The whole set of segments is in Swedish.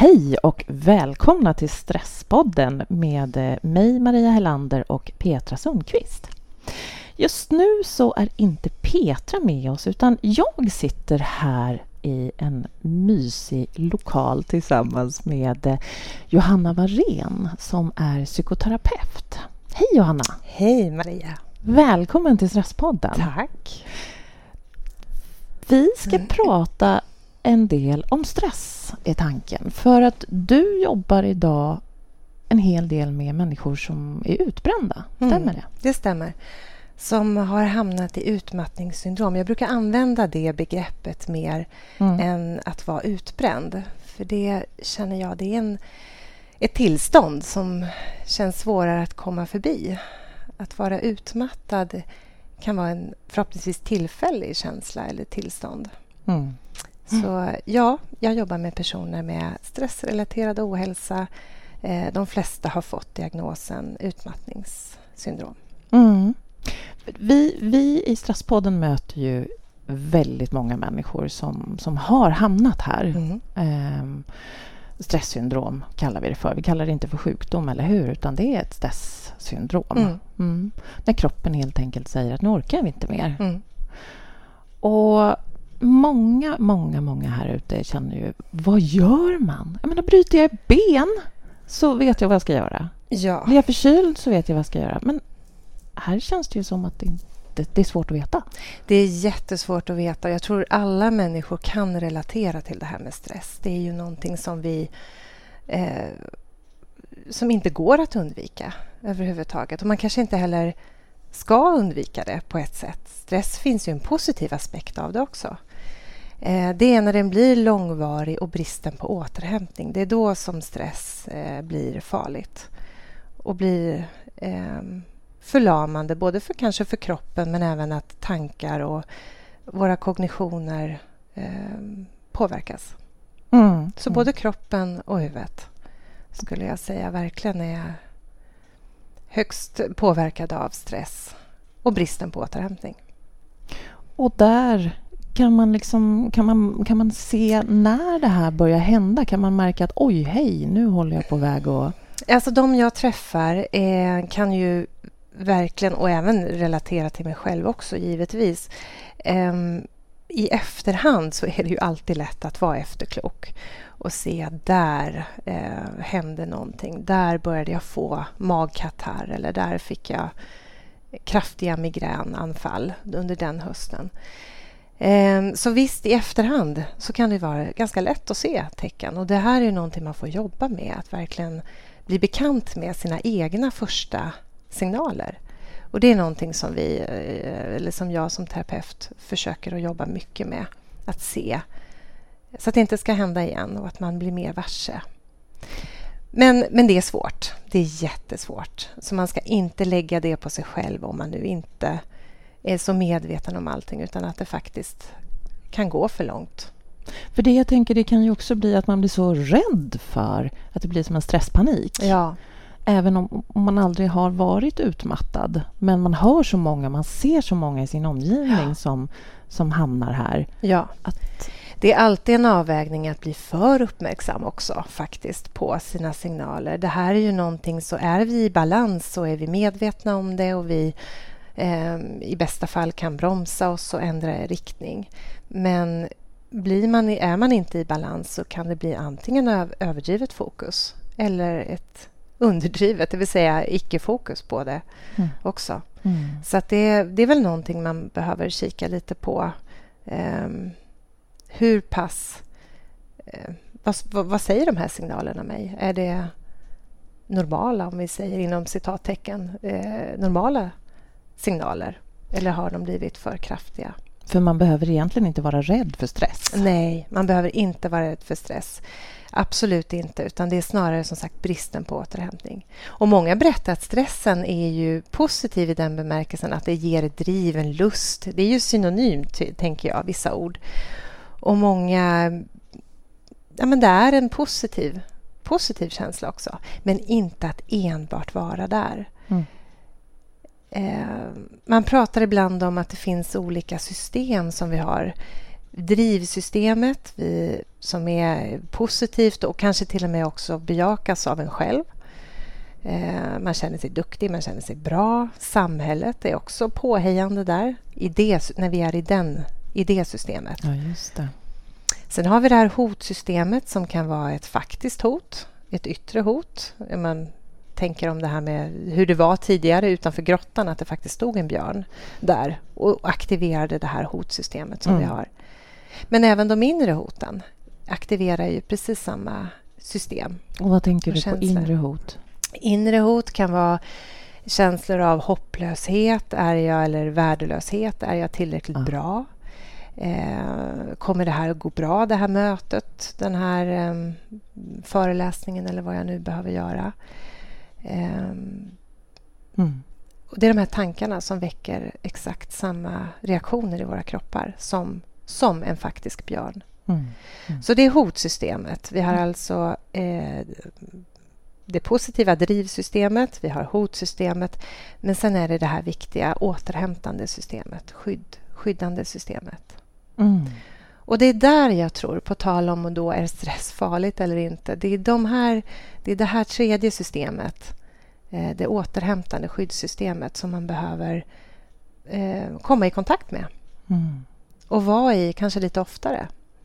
Hej och välkomna till Stresspodden med mig Maria Hellander och Petra Sundqvist. Just nu så är inte Petra med oss utan jag sitter här i en mysig lokal tillsammans med Johanna Warén som är psykoterapeut. Hej Johanna! Hej Maria! Välkommen till Stresspodden. Tack! Vi ska prata en del om stress i tanken. För att du jobbar idag en hel del med människor som är utbrända. Stämmer det? Det stämmer. Som har hamnat i utmattningssyndrom. Jag brukar använda det begreppet mer än att vara utbränd. För det känner jag, det är ett tillstånd som känns svårare att komma förbi. Att vara utmattad kan vara en förhoppningsvis tillfällig känsla eller tillstånd. Så ja, jag jobbar med personer med stressrelaterad ohälsa. De flesta har fått diagnosen utmattningssyndrom. Vi i Stresspodden möter ju väldigt många människor som har hamnat här. Stresssyndrom kallar vi det för. Vi kallar det inte för sjukdom, eller hur? Utan det är ett stresssyndrom. När kroppen helt enkelt säger att nu orkar vi inte mer. Och många här ute känner ju, vad gör man? Jag menar, bryter jag ben så vet jag vad jag ska göra. Ja. Blir jag förkyld så vet jag vad jag ska göra. Men här känns det ju som att det är svårt att veta. Det är jättesvårt att veta. Jag tror alla människor kan relatera till det här med stress. Det är ju någonting som vi som inte går att undvika överhuvudtaget. Och man kanske inte heller ska undvika det på ett sätt. Stress finns ju en positiv aspekt av det också. Det är när den blir långvarig och bristen på återhämtning. Det är då som stress blir farligt. Och blir förlamande både kanske för kroppen men även att tankar och våra kognitioner påverkas. Så både kroppen och huvudet skulle jag säga verkligen är högst påverkade av stress och bristen på återhämtning. Och där kan man se när det här börjar hända? Kan man märka att oj, hej, nu håller jag på väg och... Alltså de jag träffar kan ju verkligen, och även relatera till mig själv också givetvis. I efterhand så är det ju alltid lätt att vara efterklok och se att där hände någonting. Där började jag få magkatarr eller där fick jag kraftiga migränanfall under den hösten. Så visst, i efterhand så kan det vara ganska lätt att se tecken. Och det här är någonting man får jobba med, att verkligen bli bekant med sina egna första signaler. Och det är någonting som som jag som terapeut försöker att jobba mycket med. Att se. Så att det inte ska hända igen och att man blir mer varse. Men det är svårt. Det är jättesvårt. Så man ska inte lägga det på sig själv om man nu inte är så medveten om allting, utan att det faktiskt kan gå för långt. För det jag tänker, det kan ju också bli att man blir så rädd för att det blir som en stresspanik. Ja. Även om man aldrig har varit utmattad. Men man hör så många, man ser så många i sin omgivning som hamnar här. Ja. Det är alltid en avvägning att bli för uppmärksam också faktiskt på sina signaler. Det här är ju någonting, så är vi i balans så är vi medvetna om det och vi i bästa fall kan bromsa oss och ändra riktning. Men är man inte i balans så kan det bli antingen överdrivet fokus eller ett underdrivet, det vill säga icke-fokus på det också. Så att det är väl någonting man behöver kika lite på. Hur pass... Vad säger de här signalerna mig? Är det normala, om vi säger inom citattecken, normala signaler? Eller har de blivit för kraftiga? För man behöver egentligen inte vara rädd för stress. Nej, man behöver inte vara rädd för stress. Absolut inte, utan det är snarare som sagt bristen på återhämtning. Och många berättar att stressen är ju positiv i den bemärkelsen att det ger driv, en lust. Det är ju synonymt, tänker jag, vissa ord. Och många... Ja, men det är en positiv känsla också. Men inte att enbart vara där. Man pratar ibland om att det finns olika system som vi har. drivsystemet som är positivt och kanske till och med också bejakas av en själv. Man känner sig duktig, man känner sig bra. Samhället är också påhejande där när vi är i det systemet. Ja, just det. Sen har vi det här hotsystemet som kan vara ett faktiskt hot, ett yttre hot. Man tänker om det här med hur det var tidigare utanför grottan, att det faktiskt stod en björn där och aktiverade det här hotsystemet som vi har. Men även de inre hoten aktiverar ju precis samma system. Och vad tänker du känslor. På inre hot? Inre hot kan vara känslor av hopplöshet, eller värdelöshet. Är jag tillräckligt bra? Kommer det här att gå bra, det här mötet, den här föreläsningen eller vad jag nu behöver göra? Och det är de här tankarna som väcker exakt samma reaktioner i våra kroppar som en faktisk björn. Så det är hotsystemet. Vi har alltså det positiva drivsystemet, vi har hotsystemet, men sen är det här viktiga återhämtande systemet, skyddande systemet. Och det är där jag tror, på tal om och då är stress farligt eller inte, det är det här tredje systemet, det återhämtande skyddssystemet som man behöver komma i kontakt med och vara i kanske lite oftare.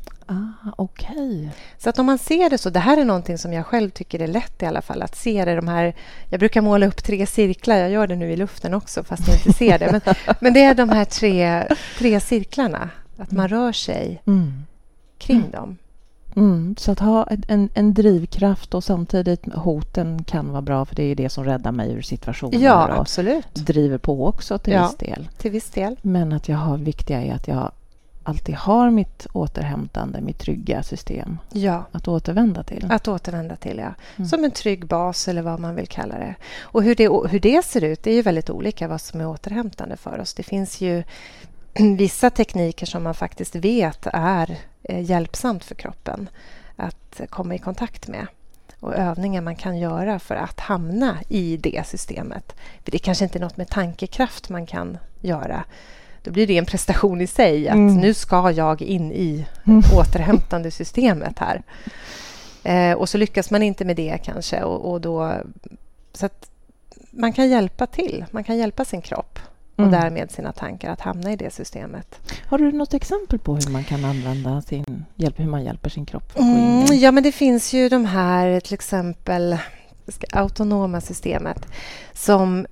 Okej. Så att om man ser det så, det här är någonting som jag själv tycker är lätt i alla fall, att se det, de här, jag brukar måla upp 3 cirklar, jag gör det nu i luften också fast jag inte ser det, men det är de här tre cirklarna, att man rör sig kring dem. Så att ha en drivkraft och samtidigt hoten kan vara bra, för det är det som räddar mig ur situationen. Ja, absolut. Driver på också till viss del. Till viss del. Men att viktiga är att jag alltid har mitt återhämtande, mitt trygga system att återvända till. Att återvända till, som en trygg bas eller vad man vill kalla det. Och hur det ser ut, det är ju väldigt olika vad som är återhämtande för oss. Det finns ju vissa tekniker som man faktiskt vet är hjälpsamt för kroppen att komma i kontakt med. Och övningar man kan göra för att hamna i det systemet. För det kanske inte är något med tankekraft man kan göra. Då blir det en prestation i sig att nu ska jag in i återhämtande systemet här. Och så lyckas man inte med det kanske. Och då, så att man kan hjälpa till. Man kan hjälpa sin kropp och därmed sina tankar att hamna i det systemet. Har du något exempel på hur man kan använda hur man hjälper sin kropp? Ja, men det finns ju de här, till exempel autonoma systemet som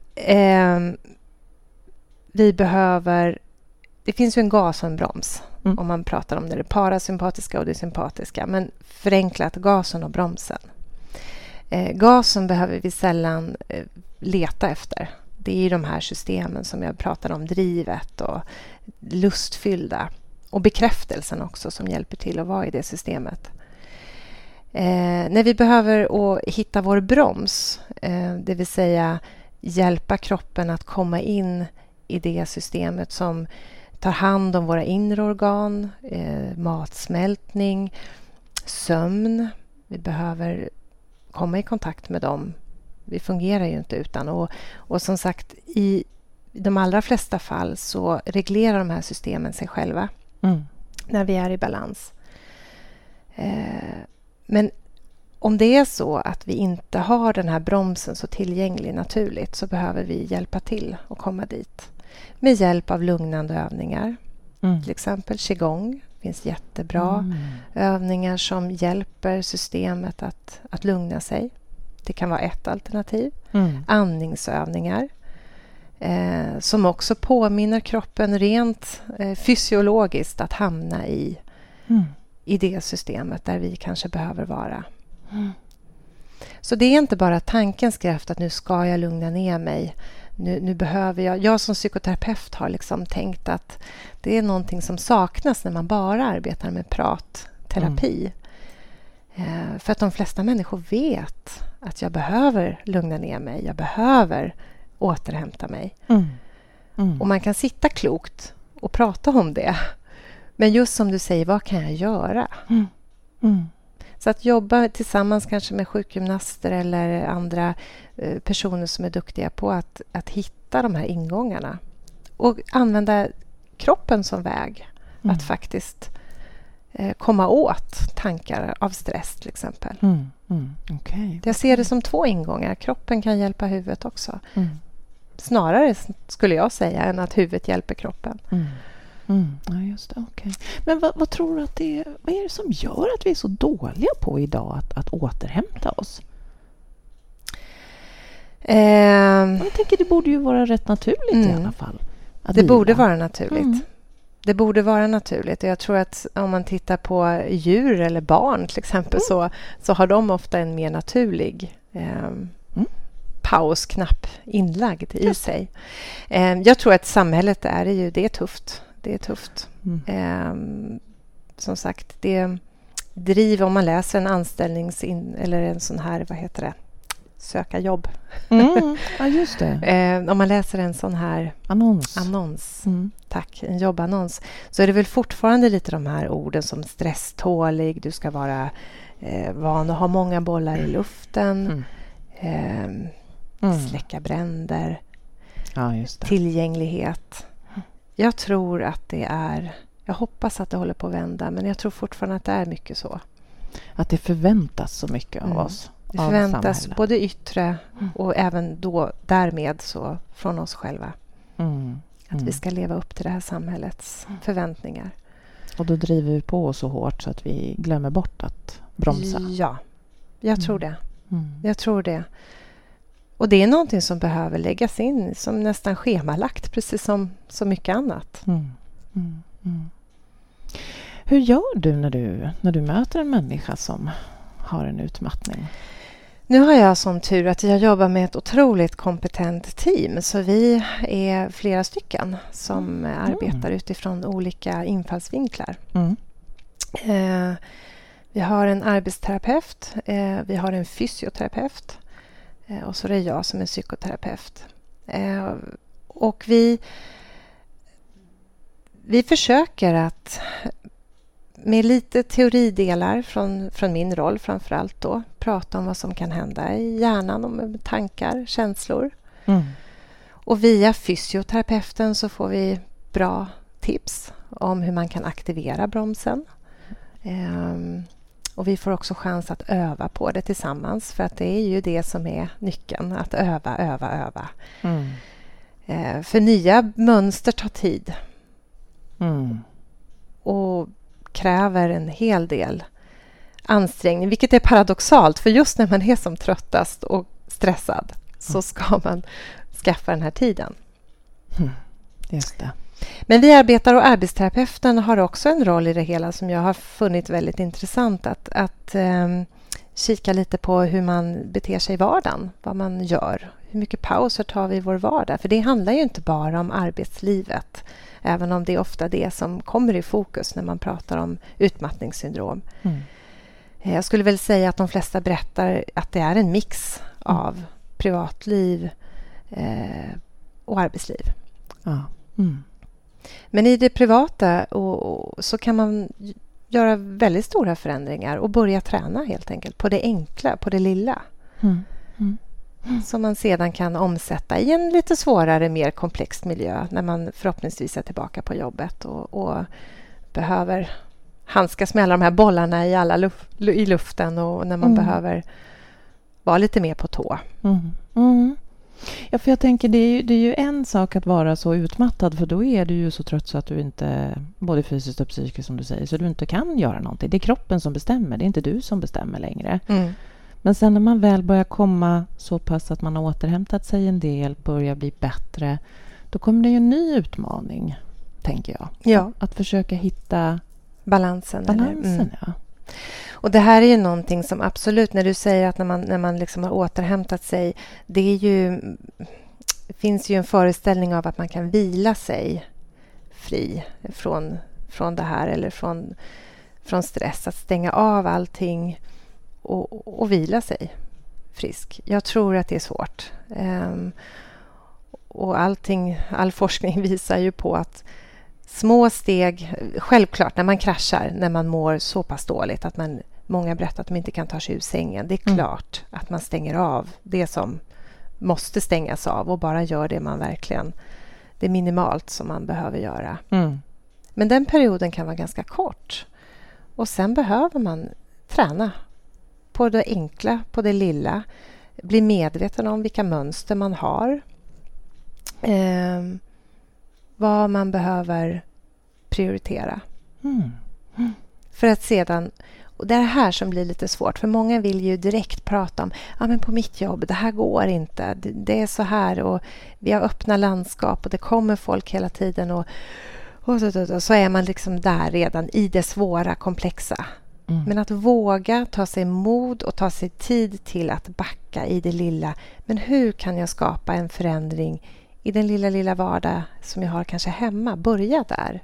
vi behöver. Det finns ju en gas och en broms om man pratar om det parasympatiska och det sympatiska, men förenklat gasen och bromsen. Gasen behöver vi sällan leta efter. Det är de här systemen som jag pratar om, drivet och lustfyllda, och bekräftelsen också som hjälper till att vara i det systemet. När vi behöver hitta vår broms, det vill säga hjälpa kroppen att komma in i det systemet som tar hand om våra inre organ, matsmältning, sömn. Vi behöver komma i kontakt med dem. Vi fungerar ju inte utan. Och som sagt, i de allra flesta fall så reglerar de här systemen sig själva när vi är i balans. Men om det är så att vi inte har den här bromsen så tillgänglig naturligt, så behöver vi hjälpa till och komma dit. Med hjälp av lugnande övningar. Till exempel qigong. Det finns jättebra övningar som hjälper systemet att lugna sig. Det kan vara ett alternativ. Andningsövningar. Som också påminner kroppen rent fysiologiskt att hamna i det systemet där vi kanske behöver vara. Så det är inte bara tankens kraft att nu ska jag lugna ner mig. Nu behöver jag som psykoterapeut har liksom tänkt att det är någonting som saknas när man bara arbetar med pratterapi. För att de flesta människor vet att jag behöver lugna ner mig. Jag behöver återhämta mig. Och man kan sitta klokt och prata om det. Men just som du säger, vad kan jag göra? Så att jobba tillsammans kanske med sjukgymnaster eller andra personer som är duktiga på att hitta de här ingångarna. Och använda kroppen som väg att faktiskt komma åt tankar av stress till exempel. Okay. Jag ser det som 2 ingångar. Kroppen kan hjälpa huvudet också. Snarare skulle jag säga än att huvudet hjälper kroppen. Ja, just det. Okay. Men vad tror du att vad är det som gör att vi är så dåliga på idag att återhämta oss? Jag tänker det borde ju vara rätt naturligt i alla fall. Det borde vara naturligt. Det borde vara naturligt. Jag tror att om man tittar på djur eller barn till exempel så har de ofta en mer naturlig pausknapp inlagd i sig. Jag tror att samhället det är tufft. Det är tufft. Som sagt, det driver om man läser en eller en sån här, vad heter det? Söka jobb. Ja, just det. Om man läser en sån här annons. Tack, en jobbannons. Så är det väl fortfarande lite de här orden som stresstålig, du ska vara van att ha många bollar i luften, släcka bränder, just det. Tillgänglighet. Jag tror att jag hoppas att det håller på att vända, men jag tror fortfarande att det är mycket så. Att det förväntas så mycket av oss. Det förväntas både yttre och även då därmed så från oss själva. Att vi ska leva upp till det här samhällets förväntningar. Och då driver vi på så hårt så att vi glömmer bort att bromsa. Ja, jag tror det. Jag tror det. Och det är någonting som behöver läggas in som nästan schemalagt, precis som så mycket annat. Hur gör du när du möter en människa som har en utmattning? Nu har jag som tur att jag jobbar med ett otroligt kompetent team. Så vi är flera stycken som arbetar utifrån olika infallsvinklar. Vi har en arbetsterapeut, vi har en fysioterapeut och så är det jag som är psykoterapeut. Och vi försöker att med lite teoridelar från min roll framförallt då prata om vad som kan hända i hjärnan, om tankar, känslor. Och via fysioterapeuten så får vi bra tips om hur man kan aktivera bromsen. Och vi får också chans att öva på det tillsammans, för att det är ju det som är nyckeln, att öva. För nya mönster tar tid. Och kräver en hel del ansträngning, vilket är paradoxalt, för just när man är som tröttast och stressad så ska man skaffa den här tiden. Just det. Men vi arbetar, och arbetsterapeuten har också en roll i det hela som jag har funnit väldigt intressant, att kika lite på hur man beter sig i vardagen, vad man gör, hur mycket pauser tar vi i vår vardag, för det handlar ju inte bara om arbetslivet, även om det är ofta det som kommer i fokus när man pratar om utmattningssyndrom. Jag skulle väl säga att de flesta berättar att det är en mix av privatliv och arbetsliv. Men i det privata så kan man göra väldigt stora förändringar och börja träna helt enkelt på det enkla, på det lilla. Som man sedan kan omsätta i en lite svårare, mer komplex miljö när man förhoppningsvis är tillbaka på jobbet och behöver handskas med alla de här bollarna i luften, och när man behöver vara lite mer på tå. Ja, för jag tänker det är ju en sak att vara så utmattad, för då är du ju så trött så att du inte, både fysiskt och psykiskt som du säger, så du inte kan göra någonting. Det är kroppen som bestämmer, det är inte du som bestämmer längre. Men sen när man väl börjar komma så pass att man har återhämtat sig en del, börjar bli bättre, då kommer det ju en ny utmaning, tänker jag. Ja. Att försöka hitta balansen. Ja. Och det här är ju någonting som absolut, när du säger att när man liksom har återhämtat sig, det finns ju en föreställning av att man kan vila sig fri från det här, eller från stress, att stänga av allting och vila sig frisk. Jag tror att det är svårt. Och all forskning visar ju på att små steg, självklart när man kraschar, när man mår så pass dåligt att många berättar att de inte kan ta sig ur sängen. Det är klart att man stänger av det som måste stängas av och bara gör det minimalt som man behöver göra. Men den perioden kan vara ganska kort. Och sen behöver man träna på det enkla, på det lilla. Bli medveten om vilka mönster man har. Vad man behöver prioritera. För att sedan... Och det är här som blir lite svårt. För många vill ju direkt prata om men på mitt jobb, det här går inte. Det är så här och vi har öppna landskap och det kommer folk hela tiden. Och så är man liksom där redan i det svåra, komplexa. Men att våga ta sig mod och ta sig tid till att backa i det lilla. Men hur kan jag skapa en förändring i den lilla vardag som jag har kanske hemma? Börja där.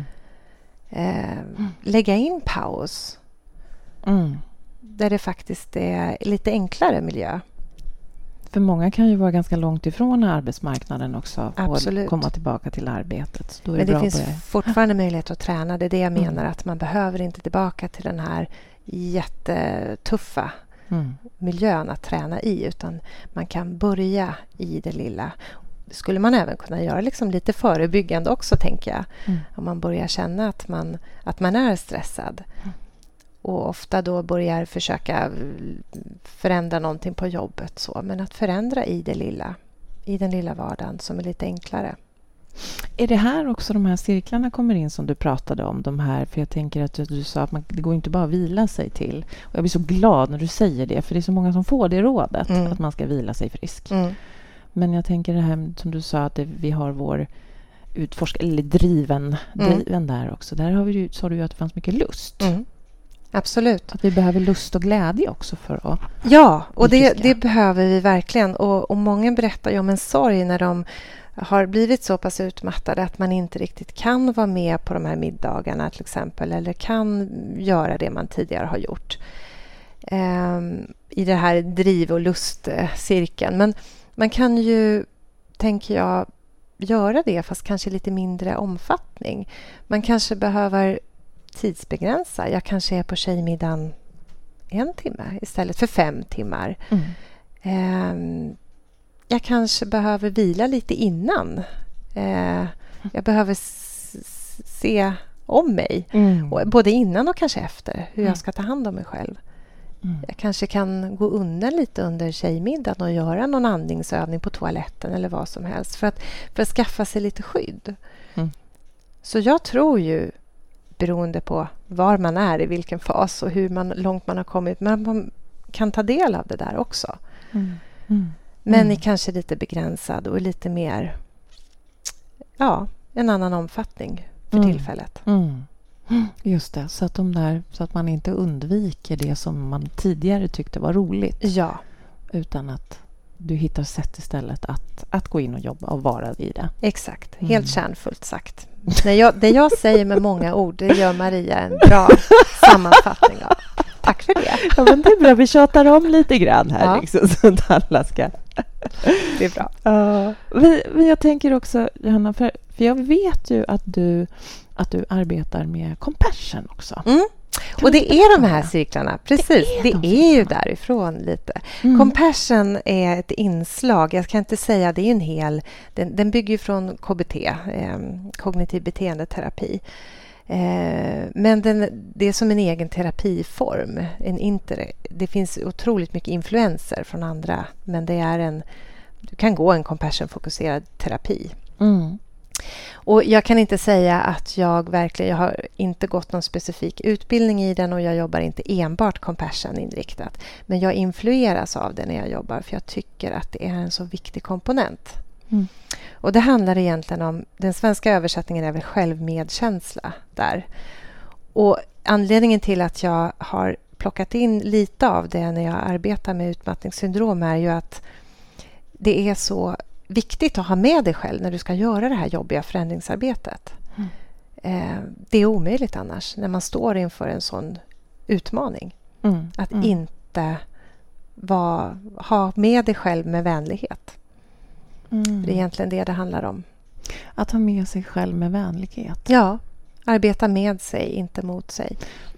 Lägga in paus. Där det faktiskt är lite enklare miljö. För många kan ju vara ganska långt ifrån arbetsmarknaden också. Absolut. Och komma tillbaka till arbetet. Så då är men det det bra finns fortfarande möjlighet att träna. Det är det jag menar. Att man behöver inte tillbaka till den här jättetuffa miljön att träna i. Utan man kan börja i det lilla. Det skulle man även kunna göra liksom lite förebyggande också, tänker jag. Om man börjar känna att man är stressad. Och ofta då börjar försöka förändra någonting på jobbet. Så. Men att förändra i det lilla. I den lilla vardagen som är lite enklare. Är det här också de här cirklarna kommer in som du pratade om? De här, för jag tänker att du sa att det går inte bara att vila sig till. Och jag blir så glad när du säger det. För det är så många som får det rådet. Att man ska vila sig frisk. Men jag tänker det här som du sa att vi har vår eller driven där också. Där har vi, sa du ju att det fanns mycket lust. Absolut. Att vi behöver lust och glädje också för att... Ja, och det behöver vi verkligen. Och många berättar ju om en sorg när de har blivit så pass utmattade att man inte riktigt kan vara med på de här middagarna till exempel. Eller kan göra det man tidigare har gjort. I det här driv- och lustcirkeln. Men man kan ju, tänker jag, göra det fast kanske lite mindre omfattning. Man kanske behöver tidsbegränsa. Jag kanske är på tjejmiddagen 1 timme istället för 5 timmar. Jag kanske behöver vila lite innan. Jag behöver se om mig. Både innan och kanske efter. Hur jag ska ta hand om mig själv. Jag kanske kan gå undan lite under tjejmiddagen och göra någon andningsövning på toaletten eller vad som helst. För att skaffa sig lite skydd. Så jag tror ju, beroende på var man är, i vilken fas och hur långt man har kommit, men man kan ta del av det där också. Men i kanske lite begränsad och lite mer, en annan omfattning för tillfället. Just det, så att man inte undviker det som man tidigare tyckte var roligt. Ja. Utan att du hittar sätt istället att gå in och jobba och vara i det. Exakt, helt kärnfullt sagt. Det jag säger med många ord, det gör Maria en bra sammanfattning av. Tack för det. Ja, men det är bra, vi tjatar om lite grann här liksom, så att alla ska... Det är bra. Men jag tänker också, Johanna, för jag vet ju att du arbetar med compassion också. Och det är de här cirklarna, precis. Det är ju därifrån lite. Compassion är ett inslag, jag kan inte säga det är en hel... Den bygger ju från KBT, kognitiv beteendeterapi. Men det är som en egen terapiform. Det finns otroligt mycket influenser från andra, men du kan gå en compassion-fokuserad terapi. Och jag kan inte säga att jag har inte gått någon specifik utbildning i den och jag jobbar inte enbart compassion-inriktat. Men jag influeras av det när jag jobbar för jag tycker att det är en så viktig komponent. Och det handlar egentligen om, den svenska översättningen är väl självmedkänsla där. Och anledningen till att jag har plockat in lite av det när jag arbetar med utmattningssyndrom är ju att det är så viktigt att ha med dig själv när du ska göra det här jobbiga förändringsarbetet. Det är omöjligt annars när man står inför en sån utmaning. Att inte ha med dig själv med vänlighet. Det är egentligen det handlar om. Att ha med sig själv med vänlighet. Ja, arbeta med sig, inte mot sig.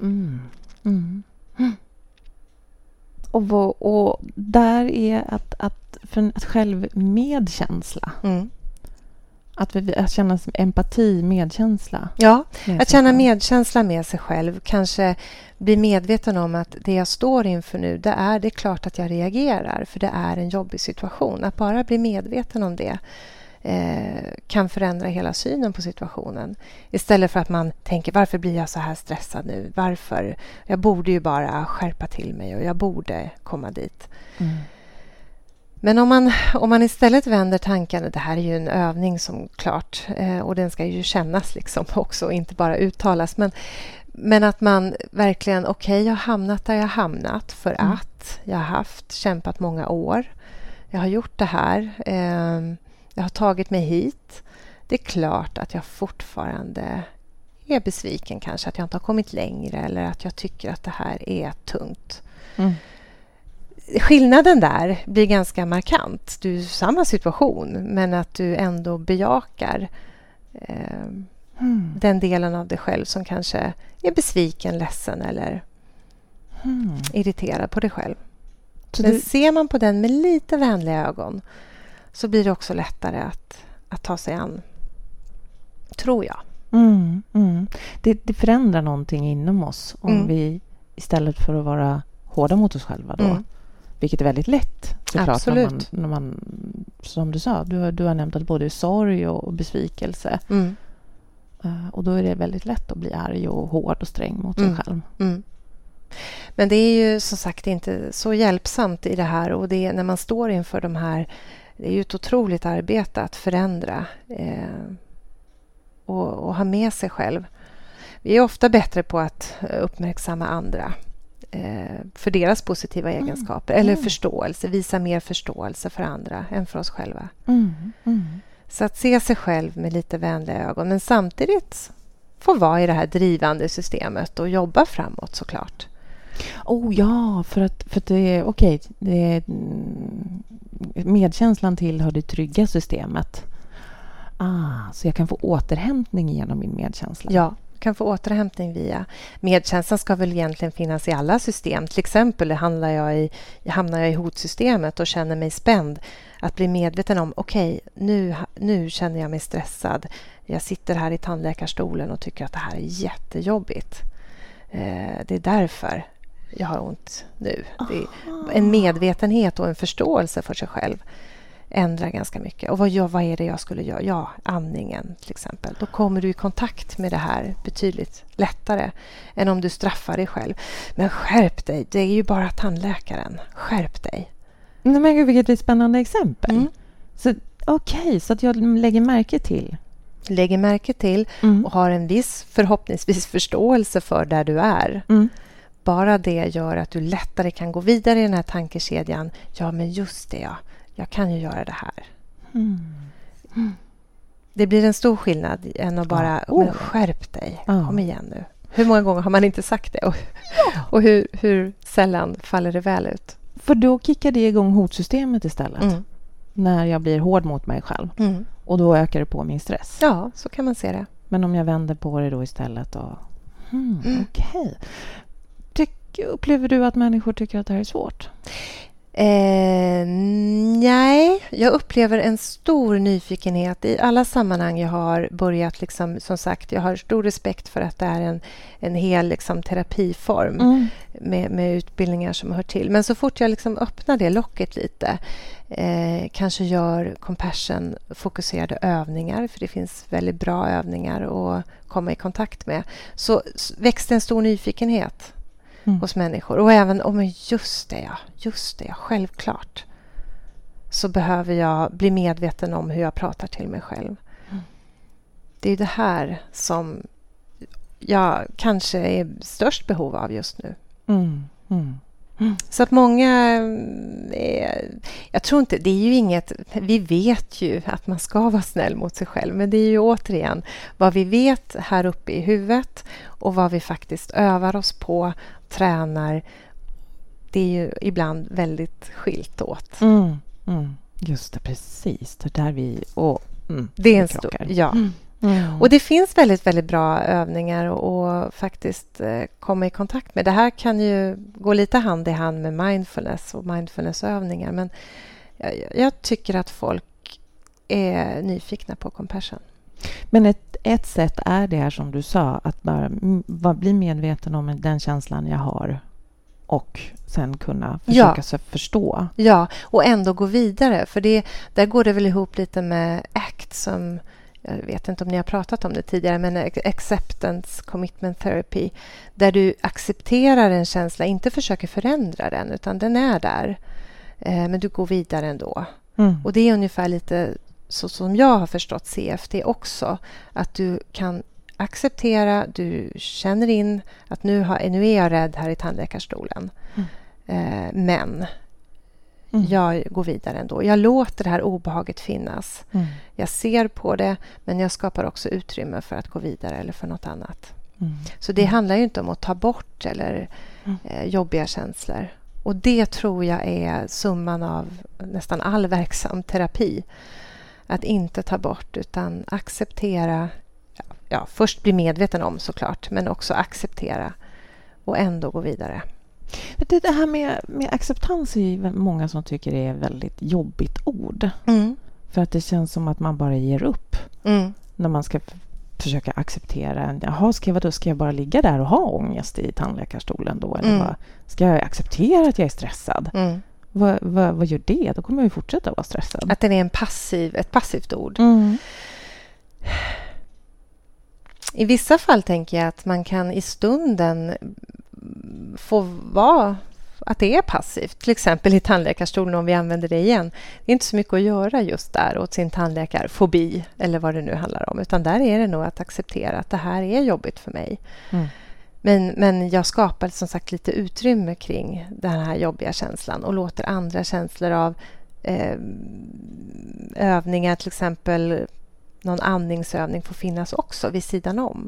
Och där är att självmedkänsla. Att känna empati, medkänsla. Ja, att känna medkänsla med sig själv. Kanske bli medveten om att det jag står inför nu, det är klart att jag reagerar. För det är en jobbig situation. Att bara bli medveten om det kan förändra hela synen på situationen. Istället för att man tänker, varför blir jag så här stressad nu? Varför? Jag borde ju bara skärpa till mig och jag borde komma dit. Mm. Men om man istället vänder tankarna, det här är ju en övning som klart, och den ska ju kännas liksom också, inte bara uttalas. Men att man verkligen, okej, jag har hamnat där jag har hamnat för att jag har kämpat många år. Jag har gjort det här. Jag har tagit mig hit. Det är klart att jag fortfarande är besviken kanske, att jag inte har kommit längre eller att jag tycker att det här är tungt. Mm. Skillnaden där blir ganska markant. Du är i samma situation, men att du ändå bejakar den delen av dig själv som kanske är besviken, ledsen eller irriterad på dig själv. Så men ser man på den med lite vänliga ögon så blir det också lättare att ta sig an, tror jag. Det förändrar någonting inom oss om vi istället för att vara hårda mot oss själva då. Vilket är väldigt lätt såklart när man, som du sa, du har nämnt att både sorg och besvikelse. Och då är det väldigt lätt att bli arg och hård och sträng mot sig själv. Men det är ju som sagt inte så hjälpsamt i det här, och det när man står inför de här, det är ju ett otroligt arbete att förändra och ha med sig själv. Vi är ofta bättre på att uppmärksamma andra för deras positiva egenskaper eller förståelse, visa mer förståelse för andra än för oss själva. Så att se sig själv med lite vänliga ögon, men samtidigt få vara i det här drivande systemet och jobba framåt såklart. För det är okej. Medkänslan tillhör det trygga systemet. Så jag kan få återhämtning genom min medkänsla. Ja, kan få återhämtning via. Medkänslan ska väl egentligen finnas i alla system. Till exempel hamnar jag i hotsystemet och känner mig spänd. Att bli medveten om, okej, nu känner jag mig stressad. Jag sitter här i tandläkarstolen och tycker att det här är jättejobbigt. Det är därför jag har ont nu. Det är en medvetenhet och en förståelse för sig själv ändrar ganska mycket. Och vad är det jag skulle göra? Ja, andningen till exempel. Då kommer du i kontakt med det här betydligt lättare än om du straffar dig själv. Men skärp dig, det är ju bara tandläkaren. Skärp dig. Nej, men gud, vilket spännande exempel. Så så att jag lägger märke till och har en viss förhoppningsvis förståelse för där du är. Bara det gör att du lättare kan gå vidare i den här tankekedjan. Ja, men just det, jag kan ju göra det här. Det blir en stor skillnad än att bara men skärp dig. Kom igen nu. Hur många gånger har man inte sagt det? Och hur sällan faller det väl ut? För då kickar det igång hotsystemet istället. När jag blir hård mot mig själv. Och då ökar det på min stress. Ja, så kan man se det. Men om jag vänder på det då istället och okej. Upplever du att människor tycker att det här är svårt? Nej, jag upplever en stor nyfikenhet i alla sammanhang jag har börjat. Liksom, som sagt, jag har stor respekt för att det är en hel liksom, terapiform med utbildningar som hör till. Men så fort jag liksom öppnar det locket lite, kanske gör compassion-fokuserade övningar, för det finns väldigt bra övningar att komma i kontakt med, så växte en stor nyfikenhet hos människor. Och även just det, självklart så behöver jag bli medveten om hur jag pratar till mig själv. Det är det här som jag kanske är störst behov av just nu. Så att många jag tror inte, det är ju inget, vi vet ju att man ska vara snäll mot sig själv, men det är ju återigen vad vi vet här uppe i huvudet och vad vi faktiskt övar oss på, tränar, det är ju ibland väldigt skilt åt. Just det, precis. Det där det är en stor, Och det finns väldigt, väldigt bra övningar och faktiskt komma i kontakt med. Det här kan ju gå lite hand i hand med mindfulness och mindfulnessövningar, men jag tycker att folk är nyfikna på compassion. Men ett sätt är det här som du sa, att bara bli medveten om den känslan jag har och sen kunna försöka förstå. Ja, och ändå gå vidare. För där går det väl ihop lite med ACT som, jag vet inte om ni har pratat om det tidigare, men Acceptance Commitment Therapy, där du accepterar en känsla, inte försöker förändra den, utan den är där. Men du går vidare ändå. Och det är ungefär lite så som jag har förstått CFT också, att du kan acceptera, du känner in att nu är jag rädd här i tandläkarstolen. Men jag går vidare ändå. Jag låter det här obehaget finnas. Jag ser på det, men jag skapar också utrymme för att gå vidare eller för något annat. Så det handlar ju inte om att ta bort eller jobbiga känslor. Och det tror jag är summan av nästan all verksam terapi. Att inte ta bort utan acceptera. Ja, först bli medveten om såklart, men också acceptera och ändå gå vidare. Det här med acceptans är ju många som tycker det är ett väldigt jobbigt ord. För att det känns som att man bara ger upp när man ska försöka acceptera. Jaha, ska jag bara ligga där och ha ångest i tandläkarstolen då? Eller ska jag acceptera att jag är stressad? Vad gör det? Då kommer jag ju fortsätta vara stressad. Att den är ett passivt ord. I vissa fall tänker jag att man kan i stunden få vara att det är passivt. Till exempel i tandläkarstolen, om vi använder det igen. Det är inte så mycket att göra just där åt sin tandläkarfobi eller vad det nu handlar om. Utan där är det nog att acceptera att det här är jobbigt för mig. Men jag skapar som sagt lite utrymme kring den här jobbiga känslan och låter andra känslor av övningar, till exempel någon andningsövning, får finnas också vid sidan om.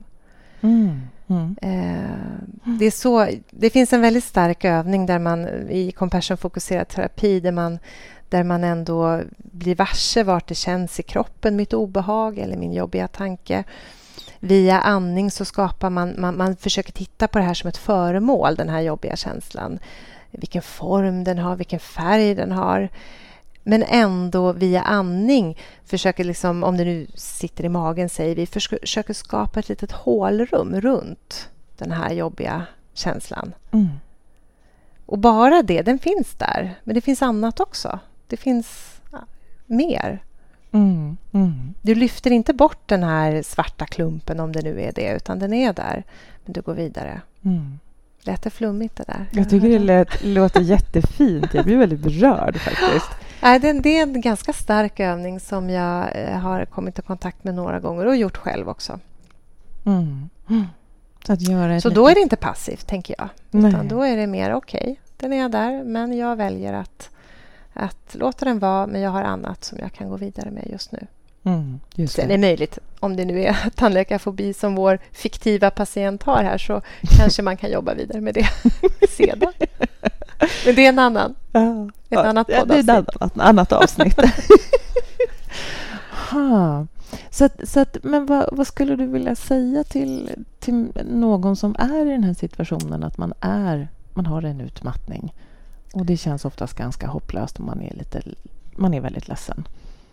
Det finns en väldigt stark övning där man i compassion-fokuserad terapi där man ändå blir varse vart det känns i kroppen, mitt obehag eller min jobbiga tanke. Via andning så skapar man försöker titta på det här som ett föremål, den här jobbiga känslan. Vilken form den har, vilken färg den har. Men ändå via andning försöker, liksom, om det nu sitter i magen, säger vi, försöker skapa ett litet hålrum runt den här jobbiga känslan. Och bara det, den finns där. Men det finns annat också. Det finns mer. Du lyfter inte bort den här svarta klumpen, om det nu är det, utan den är där. Men du går vidare. Lät det flummigt det där? Jag tycker det låter jättefint. Jag blir väldigt berörd faktiskt. Det är en ganska stark övning som jag har kommit i kontakt med några gånger och gjort själv också. Så då är det inte passivt, tänker jag. Utan då är det mer okej, den är där, men jag väljer att låta den vara, men jag har annat som jag kan gå vidare med just nu. Sen är det möjligt, om det nu är tandläkarfobi som vår fiktiva patient har här, så kanske man kan jobba vidare med det sedan. Men det är en annan. Ett annat poddavsnitt. Det är ett annat avsnitt. Men vad skulle du vilja säga till någon som är i den här situationen, att man har en utmattning och det känns oftast ganska hopplöst och man är väldigt ledsen?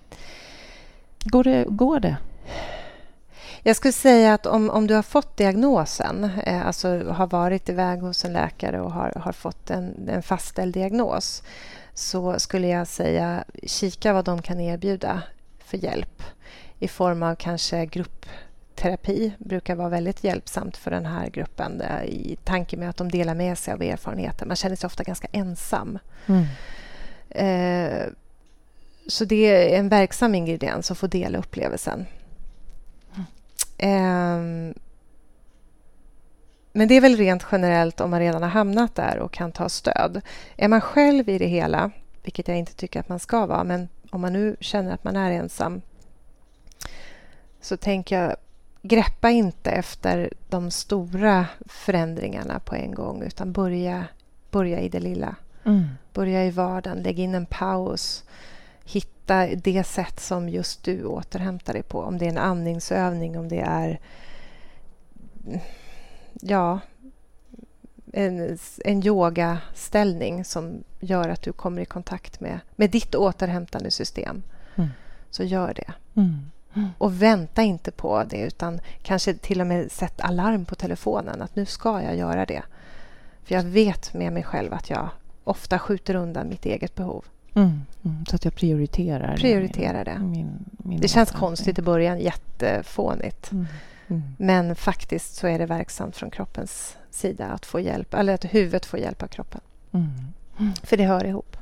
Går det? Jag skulle säga att om du har fått diagnosen, alltså har varit iväg hos en läkare och har fått en fastställd diagnos, så skulle jag säga kika vad de kan erbjuda för hjälp i form av kanske gruppterapi. Brukar vara väldigt hjälpsamt för den här gruppen, i tanke med att de delar med sig av erfarenheter. Man känner sig ofta ganska ensam. Så det är en verksam ingrediens att få dela upplevelsen. Men det är väl rent generellt, om man redan har hamnat där och kan ta stöd. Är man själv i det hela, vilket jag inte tycker att man ska vara, men om man nu känner att man är ensam, så tänker jag, greppa inte efter de stora förändringarna på en gång, utan börja i det lilla. Börja i vardagen, lägg in en paus. Hitta det sätt som just du återhämtar dig på. Om det är en andningsövning, om det är en yogaställning som gör att du kommer i kontakt med ditt återhämtande system. så gör det. Mm. Och vänta inte på det, utan kanske till och med sätt alarm på telefonen att nu ska jag göra det. För jag vet med mig själv att jag ofta skjuter undan mitt eget behov. Så att jag prioriterar det. Min det känns konstigt i början, jättefånigt. Men faktiskt så är det verksamt från kroppens sida att få hjälp, eller att huvudet får hjälp av kroppen. För det hör ihop.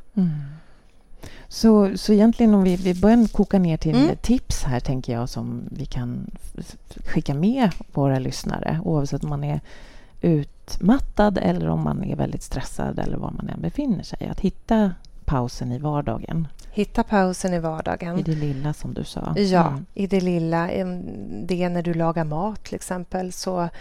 Så egentligen om vi börjar koka ner till tips här, tänker jag, som vi kan skicka med våra lyssnare, oavsett om man är utmattad eller om man är väldigt stressad eller var man än befinner sig. Att hitta pausen i vardagen. Hitta pausen i vardagen. I det lilla, som du sa. Ja, i det lilla. Det är när du lagar mat till exempel. Så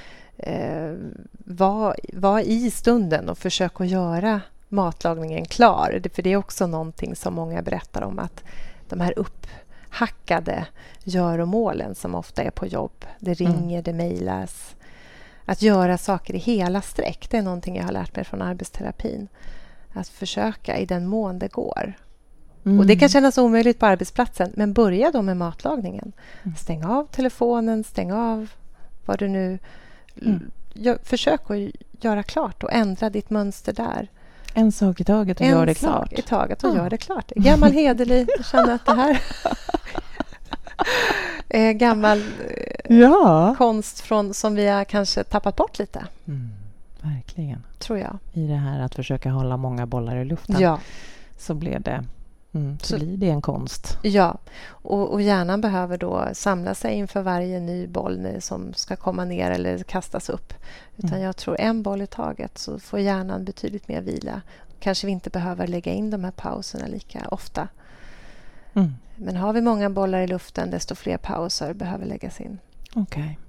var i stunden och försök att göra matlagningen klar. För det är också någonting som många berättar om, att de här upphackade göromålen som ofta är på jobb. Det ringer, det mejlas. Att göra saker i hela sträck, det är någonting jag har lärt mig från arbetsterapin. Att försöka i den mån det går. Och det kan kännas omöjligt på arbetsplatsen, men börja då med matlagningen. Stäng av telefonen, stäng av vad du nu... Försök att göra klart och ändra ditt mönster där. En sak i taget och gör det klart. En sak i taget och gör det klart. Gammal hederlig, jag känner att det här... gammal konst som vi har kanske tappat bort lite. Verkligen. Tror jag. I det här att försöka hålla många bollar i luften. Så blir det... så blir det en konst. Ja, och hjärnan behöver då samla sig inför varje ny boll som ska komma ner eller kastas upp. Utan jag tror en boll i taget, så får hjärnan betydligt mer vila. Kanske vi inte behöver lägga in de här pauserna lika ofta. Men har vi många bollar i luften, desto fler pauser behöver läggas in. Okej.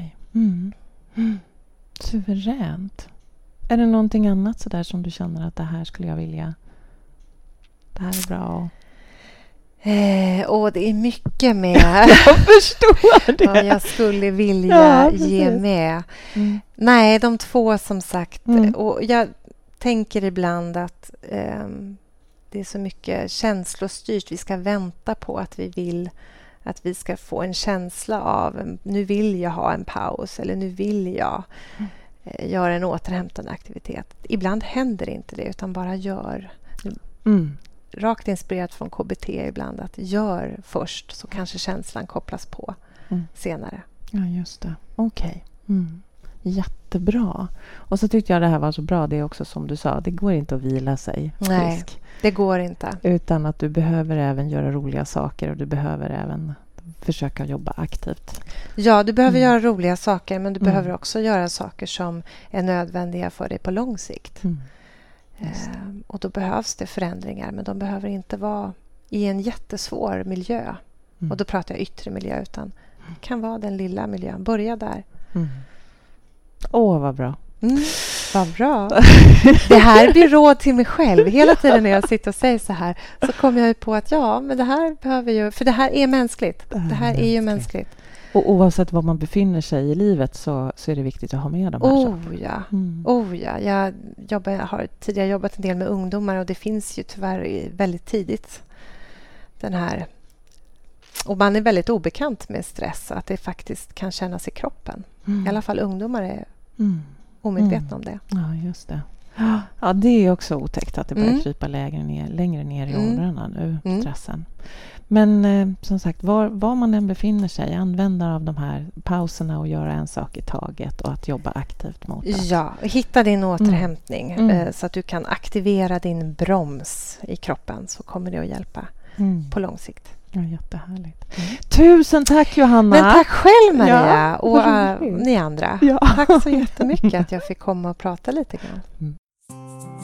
Suveränt. Är det någonting annat så där som du känner att det här skulle jag vilja... Det här är bra. Och det är mycket med... Jag förstår det. Ja, jag skulle vilja ge med. Nej, de två som sagt. Och jag tänker ibland att det är så mycket känslostyrt. Vi ska vänta på att vi vill att vi ska få en känsla av nu vill jag ha en paus, eller nu vill jag göra en återhämtande aktivitet. Ibland händer inte det, utan bara gör. Rakt inspirerat från KBT ibland, att gör först, så kanske känslan kopplas på senare. Ja, just det. Okej. Jättebra. Och så tyckte jag det här var så bra, det är också som du sa, det går inte att vila sig frisk. Nej, det går inte. Utan att du behöver även göra roliga saker, och du behöver även försöka jobba aktivt. Ja, du behöver göra roliga saker, men du behöver också göra saker som är nödvändiga för dig på lång sikt. Och då behövs det förändringar, men de behöver inte vara i en jättesvår miljö. Och då pratar jag yttre miljö, utan det kan vara den lilla miljön. Börja där. Vad bra. Vad bra. Det här blir råd till mig själv. Hela tiden när jag sitter och säger så här, så kommer jag på att men det här behöver ju... För det här är mänskligt. Det här är ju mänskligt. Och oavsett var man befinner sig i livet så är det viktigt att ha med de här sakerna. Jag har tidigare jobbat en del med ungdomar, och det finns ju tyvärr väldigt tidigt den här... Och man är väldigt obekant med stress, att det faktiskt kan kännas i kroppen. I alla fall ungdomar är omedvetna om det. Ja, just det. Ja, det är också otäckt att det börjar krypa längre ner i åldrarna nu, stressen. Men som sagt, var man än befinner sig, använda av de här pauserna och göra en sak i taget, och att jobba aktivt mot det. Ja, hitta din återhämtning så att du kan aktivera din broms i kroppen, så kommer det att hjälpa på lång sikt. Ja, jättehärligt. Tusen tack, Johanna. Men tack själv, Maria, och ni andra. Tack så jättemycket att jag fick komma och prata lite grann.